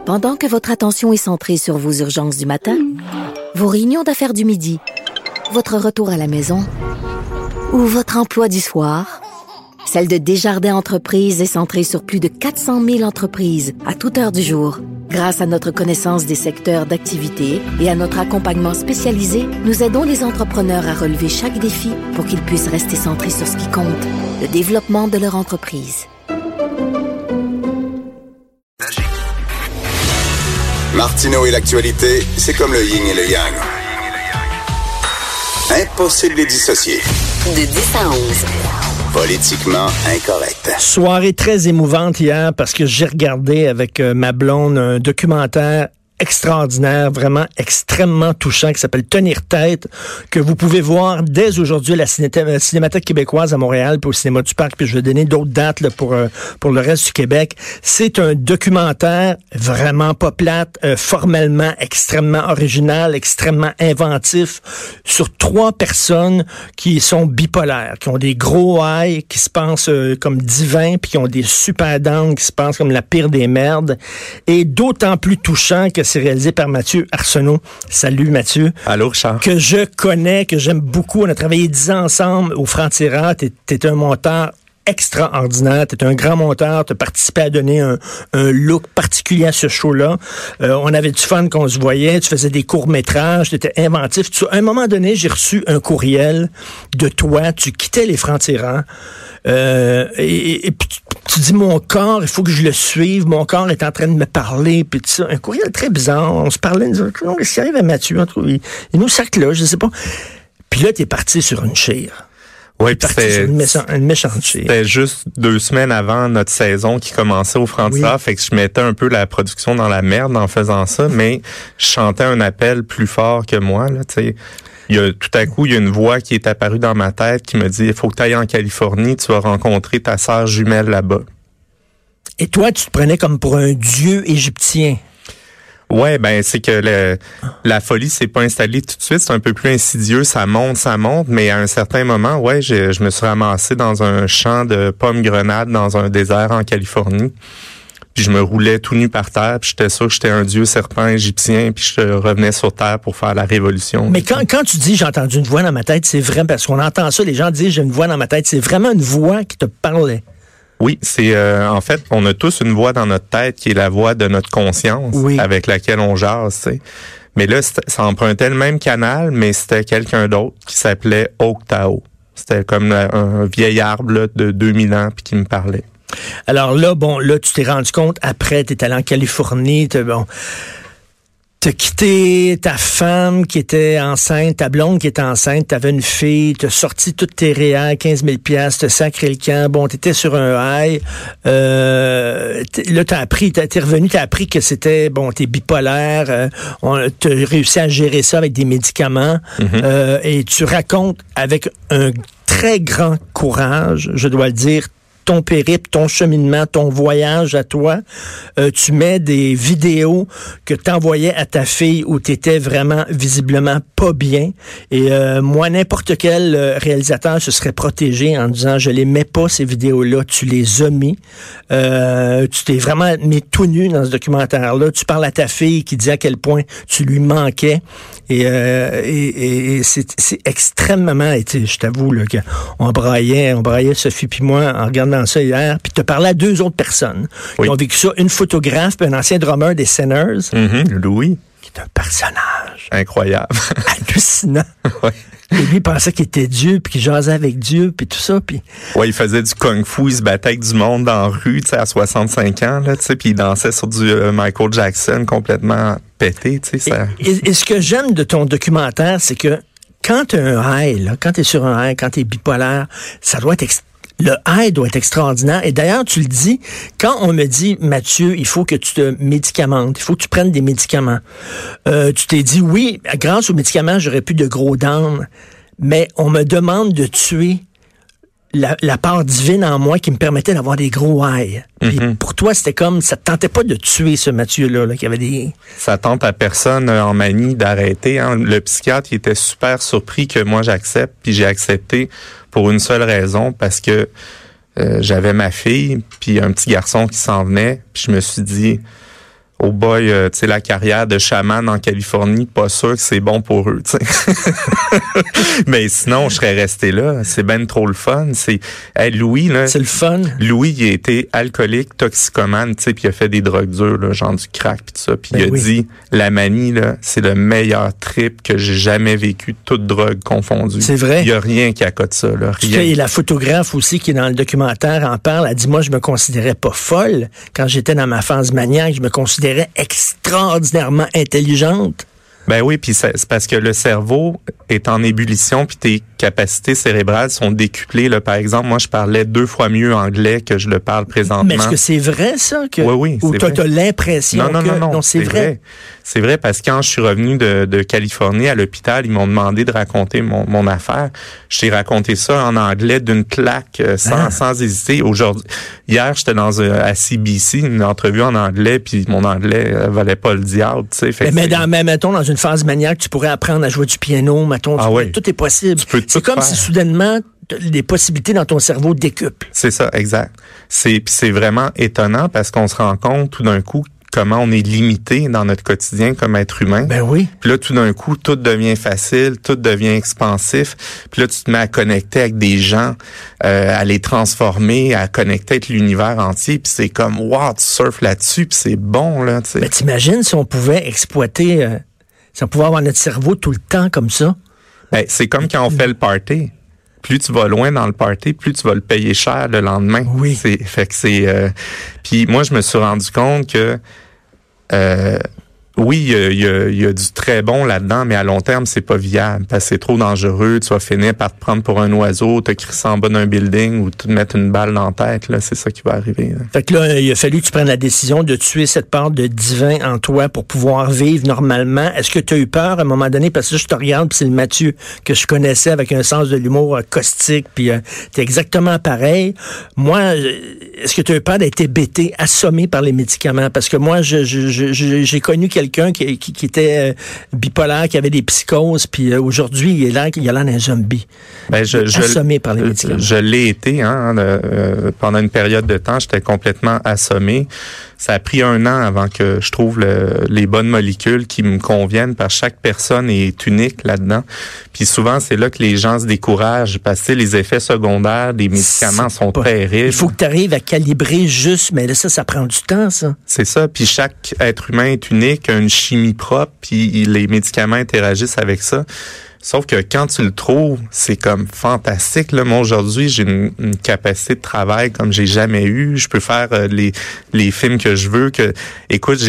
Pendant que votre attention est centrée sur vos urgences du matin, vos réunions d'affaires du midi, votre retour à la maison ou votre emploi du soir, celle de Desjardins Entreprises est centrée sur plus de 400 000 entreprises à toute heure du jour. Grâce à notre connaissance des secteurs d'activité et à notre accompagnement spécialisé, nous aidons les entrepreneurs à relever chaque défi pour qu'ils puissent rester centrés sur ce qui compte, le développement de leur entreprise. Martineau et l'actualité, c'est comme le yin et le yang. Impossible de les dissocier. De 10 à 11. Politiquement incorrect. Soirée très émouvante hier parce que j'ai regardé avec ma blonde un documentaire extraordinaire, vraiment extrêmement touchant, qui s'appelle Tenir tête, que vous pouvez voir dès aujourd'hui à la Cinémathèque québécoise à Montréal, puis au Cinéma du Parc, puis je vais donner d'autres dates là, pour le reste du Québec. C'est un documentaire vraiment pas plate, formellement extrêmement original, extrêmement inventif, sur 3 personnes qui sont bipolaires, qui ont des gros highs, qui se pensent comme divins, puis qui ont des super downs, qui se pensent comme la pire des merdes, et d'autant plus touchant que c'est réalisé par Mathieu Arsenault. Salut Mathieu. Allô Richard. Que je connais, que j'aime beaucoup. On a travaillé 10 ans ensemble au Franc-Tireur. T'es un monteur extraordinaire. T'es un grand monteur. T'as participé à donner un look particulier à ce show-là. On avait du fun qu'on se voyait. Tu faisais des courts-métrages. T'étais inventif. À un moment donné, j'ai reçu un courriel de toi. Tu quittais les Francs-Tireurs. Et puis tu dis, mon corps, il faut que je le suive. Mon corps est en train de me parler. Puis tout ça. Un courriel très bizarre. On se parlait. Qu'est-ce qui arrive à Mathieu? Il nous sac là, je sais pas. Puis là, t'es parti sur une chire. Oui, puis c'était une méchante chire. C'était juste 2 semaines avant notre saison qui commençait au Franc-Tireur. Oui. Fait que je mettais un peu la production dans la merde en faisant ça. Mais je chantais un appel plus fort que moi, là, tu sais. Tout à coup, il y a une voix qui est apparue dans ma tête qui me dit, il faut que tu ailles en Californie, tu vas rencontrer ta sœur jumelle là-bas. Et toi, tu te prenais comme pour un dieu égyptien. Ouais, ben c'est que la folie s'est pas installée tout de suite, c'est un peu plus insidieux, ça monte, mais à un certain moment, ouais, je me suis ramassé dans un champ de pommes grenades dans un désert en Californie. Puis je me roulais tout nu par terre, puis j'étais sûr que j'étais un dieu serpent égyptien, puis je revenais sur terre pour faire la révolution. Mais quand tu dis « j'ai entendu une voix dans ma tête », c'est vrai, parce qu'on entend ça, les gens disent « j'ai une voix dans ma tête », c'est vraiment une voix qui te parlait. Oui, c'est en fait, on a tous une voix dans notre tête qui est la voix de notre conscience, oui, avec laquelle on jase, tu sais. Mais là, ça empruntait le même canal, mais c'était quelqu'un d'autre qui s'appelait Oktao. C'était comme un vieil arbre là, de 2000 ans puis qui me parlait. Alors là, tu t'es rendu compte, après, t'es allé en Californie, t'as quitté ta femme qui était enceinte, ta blonde qui était enceinte, t'avais une fille, t'as sorti toutes tes réels, 15 000 $, t'as sacré le camp, t'étais sur un high, là, t'es revenu, t'as appris que c'était, t'es bipolaire, t'as réussi à gérer ça avec des médicaments, et tu racontes avec un très grand courage, je dois le dire, ton périple, ton cheminement, ton voyage à toi. Tu mets des vidéos que t'envoyais à ta fille où t'étais vraiment visiblement pas bien. Et moi, n'importe quel réalisateur se serait protégé en disant, je les mets pas, ces vidéos-là. Tu les as mis. Tu t'es vraiment mis tout nu dans ce documentaire-là. Tu parles à ta fille qui dit à quel point tu lui manquais. Et c'est extrêmement, je t'avoue, là, qu'on braillait Sophie puis moi en regardant ça hier, puis tu as parlé à 2 autres personnes qui ont vécu ça, une photographe puis un ancien drummer des Sinners. Louis. Qui est un personnage. Incroyable. Hallucinant. Ouais. Et lui, il pensait qu'il était Dieu, puis qu'il jasait avec Dieu, puis tout ça. Puis... Ouais, il faisait du kung-fu, il se battait avec du monde dans la rue, tu sais, à 65 ans, là, tu sais, puis il dansait sur du Michael Jackson complètement pété, tu sais. Ça... Et ce que j'aime de ton documentaire, c'est que quand tu as un high, là, quand tu es sur un high, quand tu es bipolaire, ça doit être le high doit être extraordinaire. Et d'ailleurs, tu le dis, quand on me dit, Mathieu, il faut que tu te médicamentes, il faut que tu prennes des médicaments. Tu t'es dit, oui, grâce aux médicaments, j'aurais plus de gros downs, mais on me demande de tuer la part divine en moi qui me permettait d'avoir des gros highs. Puis pour toi, c'était comme, ça te tentait pas de tuer ce Mathieu-là, qui avait des... Ça tente à personne en manie d'arrêter. Hein. Le psychiatre, il était super surpris que moi j'accepte, puis j'ai accepté pour une seule raison, parce que j'avais ma fille, puis un petit garçon qui s'en venait, puis je me suis dit, oh boy, tu sais, la carrière de chaman en Californie, pas sûr que c'est bon pour eux, tu sais. Mais sinon, je serais resté là. C'est ben trop le fun. Louis, là. C'est le fun. Louis, il a été alcoolique, toxicomane, tu sais, puis il a fait des drogues dures, là, genre du crack puis tout ça. Puis il a dit, la manie, là, c'est le meilleur trip que j'ai jamais vécu, toute drogue confondue. C'est vrai. Il y a rien qui accote ça, là. Rien. Et la photographe aussi qui est dans le documentaire en parle. Elle dit, moi, je me considérais pas folle quand j'étais dans ma phase maniaque. Je me considérais extraordinairement intelligente. Ben oui, puis c'est parce que le cerveau est en ébullition, puis tes capacités cérébrales sont décuplées. Là. Par exemple, moi, je parlais 2 fois mieux anglais que je le parle présentement. Mais est-ce que c'est vrai, ça? Oui, ou toi, tu as l'impression non, c'est vrai? C'est vrai, parce que quand je suis revenu de Californie à l'hôpital, ils m'ont demandé de raconter mon affaire. Je t'ai raconté ça en anglais d'une claque, sans hésiter. Hier, j'étais à CBC, une entrevue en anglais, puis mon anglais valait pas le diable, tu sais. Mais mettons, dans une phase maniaque, tu pourrais apprendre à jouer du piano, mettons, tout est possible. C'est comme si soudainement, les possibilités dans ton cerveau décuplent. C'est ça, exact. C'est vraiment étonnant parce qu'on se rend compte tout d'un coup comment on est limité dans notre quotidien comme être humain. Ben oui. Puis là, tout d'un coup, tout devient facile, tout devient expansif. Puis là, tu te mets à connecter avec des gens, à les transformer, à connecter avec l'univers entier. Puis c'est comme, wow, tu surfes là-dessus, puis c'est bon, là, tu sais. Mais t'imagines si on pouvait exploiter, si on pouvait avoir notre cerveau tout le temps comme ça? Ben, c'est comme quand on fait le party. Plus tu vas loin dans le party, plus tu vas le payer cher le lendemain. Oui. Fait que c'est. Puis moi, je me suis rendu compte que oui, il y a du très bon là-dedans, mais à long terme, c'est pas viable parce que c'est trop dangereux. Tu vas finir par te prendre pour un oiseau, te crisser en bas d'un building ou te mettre une balle dans la tête. Là, c'est ça qui va arriver. Là. Fait que là, il a fallu que tu prennes la décision de tuer cette part de divin en toi pour pouvoir vivre normalement. Est-ce que tu as eu peur à un moment donné? Parce que je te regarde, puis c'est le Mathieu que je connaissais avec un sens de l'humour caustique, puis t'es exactement pareil. Moi, est-ce que tu as eu peur d'être hébété, assommé par les médicaments? Parce que moi, j'ai connu quelqu'un qui était bipolaire, qui avait des psychoses, puis aujourd'hui, il a l'air d'un zombie. Ben, assommé par les médicaments. Je l'ai été, pendant une période de temps, j'étais complètement assommé. Ça a pris 1 an avant que je trouve les bonnes molécules qui me conviennent, parce que chaque personne est unique là-dedans. Puis souvent, c'est là que les gens se découragent, parce que les effets secondaires des médicaments sont terribles. Il faut que tu arrives à calibrer juste, mais là, ça prend du temps, ça. C'est ça, puis chaque être humain est unique, a une chimie propre, puis les médicaments interagissent avec ça. Sauf que quand tu le trouves, c'est comme fantastique. Là, moi, aujourd'hui, j'ai une capacité de travail comme j'ai jamais eu. Je peux faire les films que je veux. Écoute,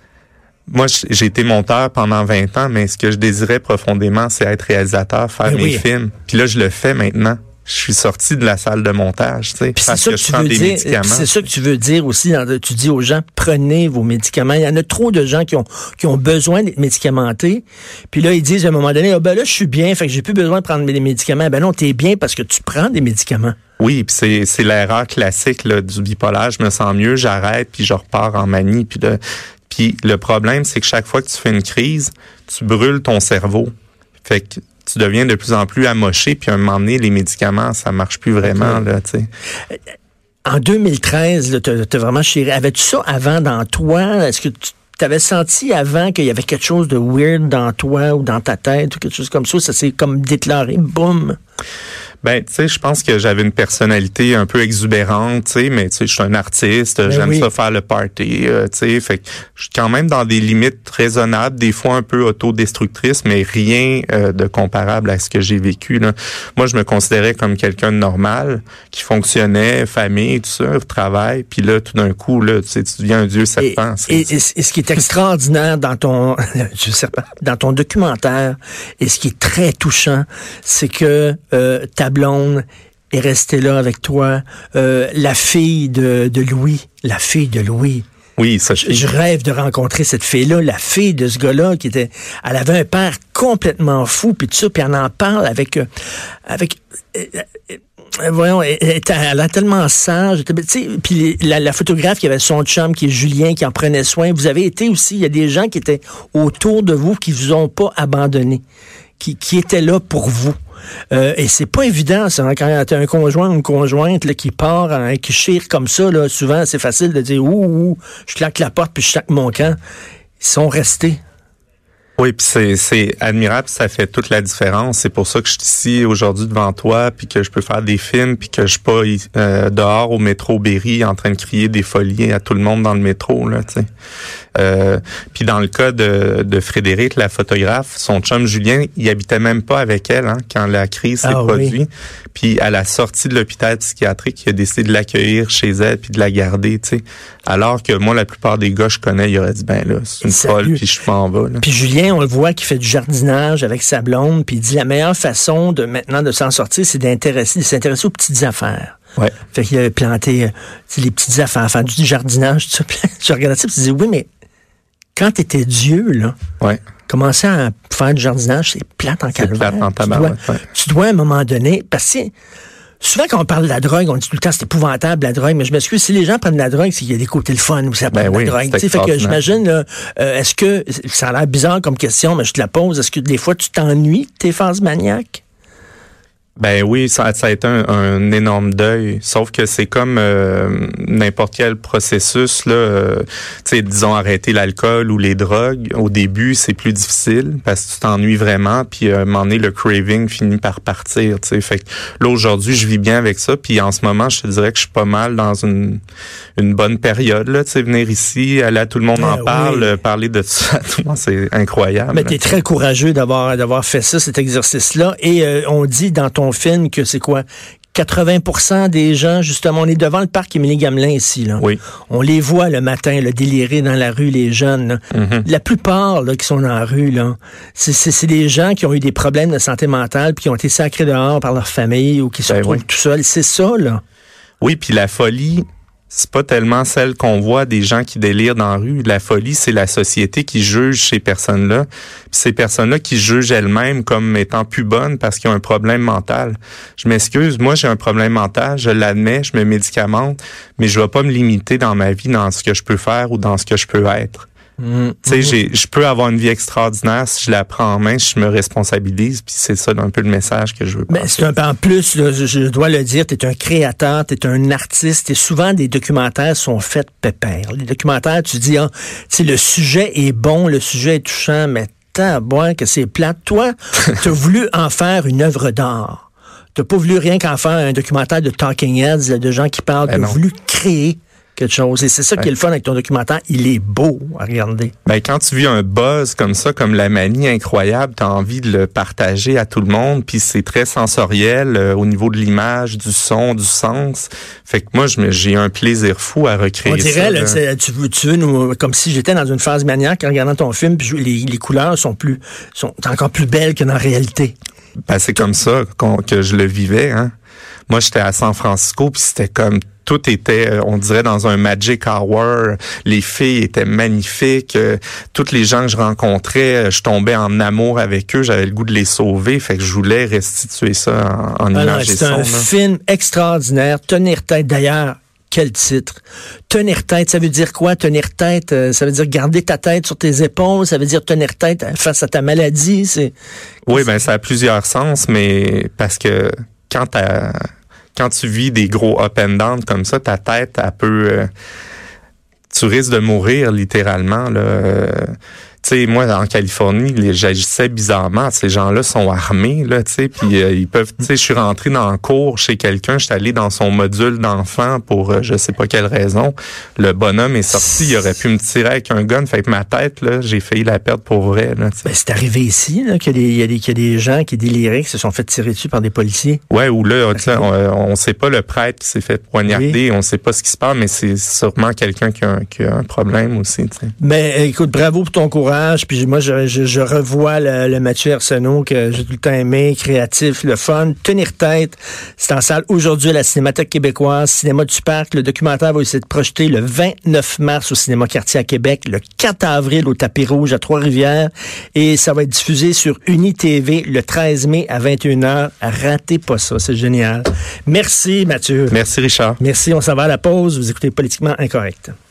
j'ai été monteur pendant 20 ans, mais ce que je désirais profondément, c'est être réalisateur, faire mes films. Puis là, je le fais maintenant. Je suis sorti de la salle de montage, tu sais, parce que je prends des médicaments. C'est ça que tu veux dire aussi. Tu dis aux gens, prenez vos médicaments. Il y en a trop de gens qui ont besoin d'être médicamentés. Puis là, ils disent à un moment donné, là, je suis bien, fait que j'ai plus besoin de prendre des médicaments. Ben non, t'es bien parce que tu prends des médicaments. Oui, puis c'est l'erreur classique là, du bipolaire. Je me sens mieux, j'arrête, puis je repars en manie. Puis le problème, c'est que chaque fois que tu fais une crise, tu brûles ton cerveau. Fait que tu deviens de plus en plus amoché, puis à un moment donné, les médicaments, ça marche plus vraiment, là, tu sais. En 2013, t'as vraiment chéré. Avais-tu ça avant dans toi? Est-ce que tu t'avais senti avant qu'il y avait quelque chose de weird dans toi ou dans ta tête ou quelque chose comme ça? Ça s'est comme déclaré, boum! Ben, tu sais, je pense que j'avais une personnalité un peu exubérante, tu sais, mais tu sais, je suis un artiste, j'aime ça faire le party, tu sais, fait que je suis quand même dans des limites raisonnables, des fois un peu autodestructrices, mais rien de comparable à ce que j'ai vécu, là. Moi, je me considérais comme quelqu'un de normal, qui fonctionnait, famille, tout ça, travail, puis là, tout d'un coup, là, tu sais, tu deviens un dieu serpent. Et ce qui est extraordinaire dans ton documentaire, et ce qui est très touchant, c'est que ta blonde est restée là avec toi, la fille de Louis. Oui, ça. Je rêve de rencontrer cette fille-là, la fille de ce gars-là elle avait un père complètement fou, puis tout ça, puis elle en parle avec voyons, elle a tellement sage. Puis la photographe qui avait son chum, qui est Julien, qui en prenait soin. Vous avez été aussi, il y a des gens qui étaient autour de vous, qui vous ont pas abandonné, qui étaient là pour vous. Et c'est pas évident, ça, hein, quand t'as un conjoint ou une conjointe là, qui part, hein, qui chire comme ça, là, souvent, c'est facile de dire « Ouh, je claque la porte puis je claque mon camp ». Ils sont restés. Oui, puis c'est admirable, ça fait toute la différence. C'est pour ça que je suis ici aujourd'hui devant toi, puis que je peux faire des films, puis que je suis pas dehors au métro Berry en train de crier des folies à tout le monde dans le métro, là, tu sais. Puis dans le cas de Frédéric, la photographe, son chum Julien, il habitait même pas avec elle quand la crise s'est produite. Oui. Puis à la sortie de l'hôpital psychiatrique, il a décidé de l'accueillir chez elle puis de la garder, tu sais. Alors que moi, la plupart des gars que je connais, il aurait dit ben là, c'est une folle, puis je m'en vais. Là. Puis Julien, on le voit qui fait du jardinage avec sa blonde, puis il dit la meilleure façon de maintenant de s'en sortir, c'est de s'intéresser aux petites affaires. Ouais. Fait qu'il a planté les petites affaires, faire du jardinage, tout ça. Je regardais ça, puis je dis oui, mais quand t'étais Dieu, là, commencer à faire du jardinage, c'est plate en calvaire. C'est plate en tabac, tu dois à un moment donné, parce que souvent quand on parle de la drogue, on dit tout le temps c'est épouvantable la drogue, mais je m'excuse, si les gens prennent de la drogue, c'est qu'il y a des côtés le fun où ça prend de la drogue. Fait que j'imagine, là, est-ce que, ça a l'air bizarre comme question, mais je te la pose, est-ce que des fois tu t'ennuies de tes phases maniaques? Ben oui, ça a été un énorme deuil. Sauf que c'est comme n'importe quel processus là. Tu sais, disons arrêter l'alcool ou les drogues. Au début, c'est plus difficile parce que tu t'ennuies vraiment. Puis à un moment donné, le craving finit par partir. Tu sais, fait que là aujourd'hui, je vis bien avec ça. Puis en ce moment, je te dirais que je suis pas mal dans une bonne période là. Tu sais, venir ici, aller à tout le monde en parle, parler de ça, tout le monde, c'est incroyable. Mais t'es très courageux d'avoir fait ça, cet exercice-là. Et on dit dans ton film que c'est quoi? 80% des gens, justement, on est devant le parc Émilie-Gamelin ici, là. Oui. On les voit le matin, là, délirer dans la rue, les jeunes, là. Mm-hmm. La plupart, là, qui sont dans la rue, là, c'est des gens qui ont eu des problèmes de santé mentale puis qui ont été sacrés dehors par leur famille ou qui se retrouvent tout seuls. C'est ça, là. Oui, puis la folie, c'est pas tellement celle qu'on voit des gens qui délirent dans la rue. La folie, c'est la société qui juge ces personnes-là. Puis ces personnes-là qui jugent elles-mêmes comme étant plus bonnes parce qu'ils ont un problème mental. Je m'excuse, moi j'ai un problème mental, je l'admets, je me médicamente, mais je vais pas me limiter dans ma vie dans ce que je peux faire ou dans ce que je peux être. Tu sais, je peux avoir une vie extraordinaire si je la prends en main, si je me responsabilise, puis c'est ça un peu le message que je veux passer. Mais c'est un peu en plus, là, je dois le dire, t'es un créateur, t'es un artiste, et souvent des documentaires sont faits pépère. Les documentaires, tu dis, tu sais, le sujet est bon, le sujet est touchant, mais boire que c'est plate. Toi, t'as voulu en faire une œuvre d'art. T'as pas voulu rien qu'en faire un documentaire de talking heads, de gens qui parlent. T'as voulu créer quelque chose. Et c'est ça qui est le fun avec ton documentaire. Il est beau à regarder. Ben, quand tu vis un buzz comme ça, comme La Manie incroyable, t'as envie de le partager à tout le monde. Puis c'est très sensoriel au niveau de l'image, du son, du sens. Fait que moi, j'ai un plaisir fou à recréer ça. On dirait, là, tu veux nous, comme si j'étais dans une phase maniaque en regardant ton film, puis les couleurs sont encore plus belles que dans la réalité. Ben, c'est comme ça que je le vivais, hein. Moi, j'étais à San Francisco, puis c'était comme tout était, on dirait, dans un magic hour. Les filles étaient magnifiques. Toutes les gens que je rencontrais, je tombais en amour avec eux. J'avais le goût de les sauver. Fait que je voulais restituer ça en image et son. C'est un film extraordinaire. Tenir tête, d'ailleurs. Quel titre? Tenir tête, ça veut dire quoi? Tenir tête, ça veut dire garder ta tête sur tes épaules, ça veut dire tenir tête face à ta maladie. Oui, ben ça a plusieurs sens, mais parce que quand tu vis des gros up and down comme ça, ta tête, elle peut... tu risques de mourir littéralement, là. Tu sais, moi, en Californie, j'agissais bizarrement. Ces gens-là sont armés, là, tu sais, puis ils peuvent... Tu sais, je suis rentré dans le cours chez quelqu'un, je suis allé dans son module d'enfant pour je sais pas quelle raison. Le bonhomme est sorti, il aurait pu me tirer avec un gun. Fait que ma tête, là, j'ai failli la perdre pour vrai, là, tu sais. Ben, c'est arrivé ici, là, qu'il y a des gens qui déliraient, qui se sont fait tirer dessus par des policiers. Ouais, ou là, on sait pas le prêtre qui s'est fait poignarder, on sait pas ce qui se passe, mais c'est sûrement quelqu'un qui a un problème aussi, tu sais. Ben, écoute, bravo pour ton courage. Puis moi, je revois le Mathieu Arsenault que j'ai tout le temps aimé, créatif, le fun. Tenir tête, c'est en salle aujourd'hui à la Cinémathèque québécoise, Cinéma du Parc. Le documentaire va essayer de projeter le 29 mars au Cinéma Quartier à Québec, le 4 avril au Tapis Rouge à Trois-Rivières, et ça va être diffusé sur UniTV le 13 mai à 21h. Ratez pas ça, c'est génial. Merci Mathieu. Merci Richard. Merci, on s'en va à la pause. Vous écoutez Politiquement Incorrect.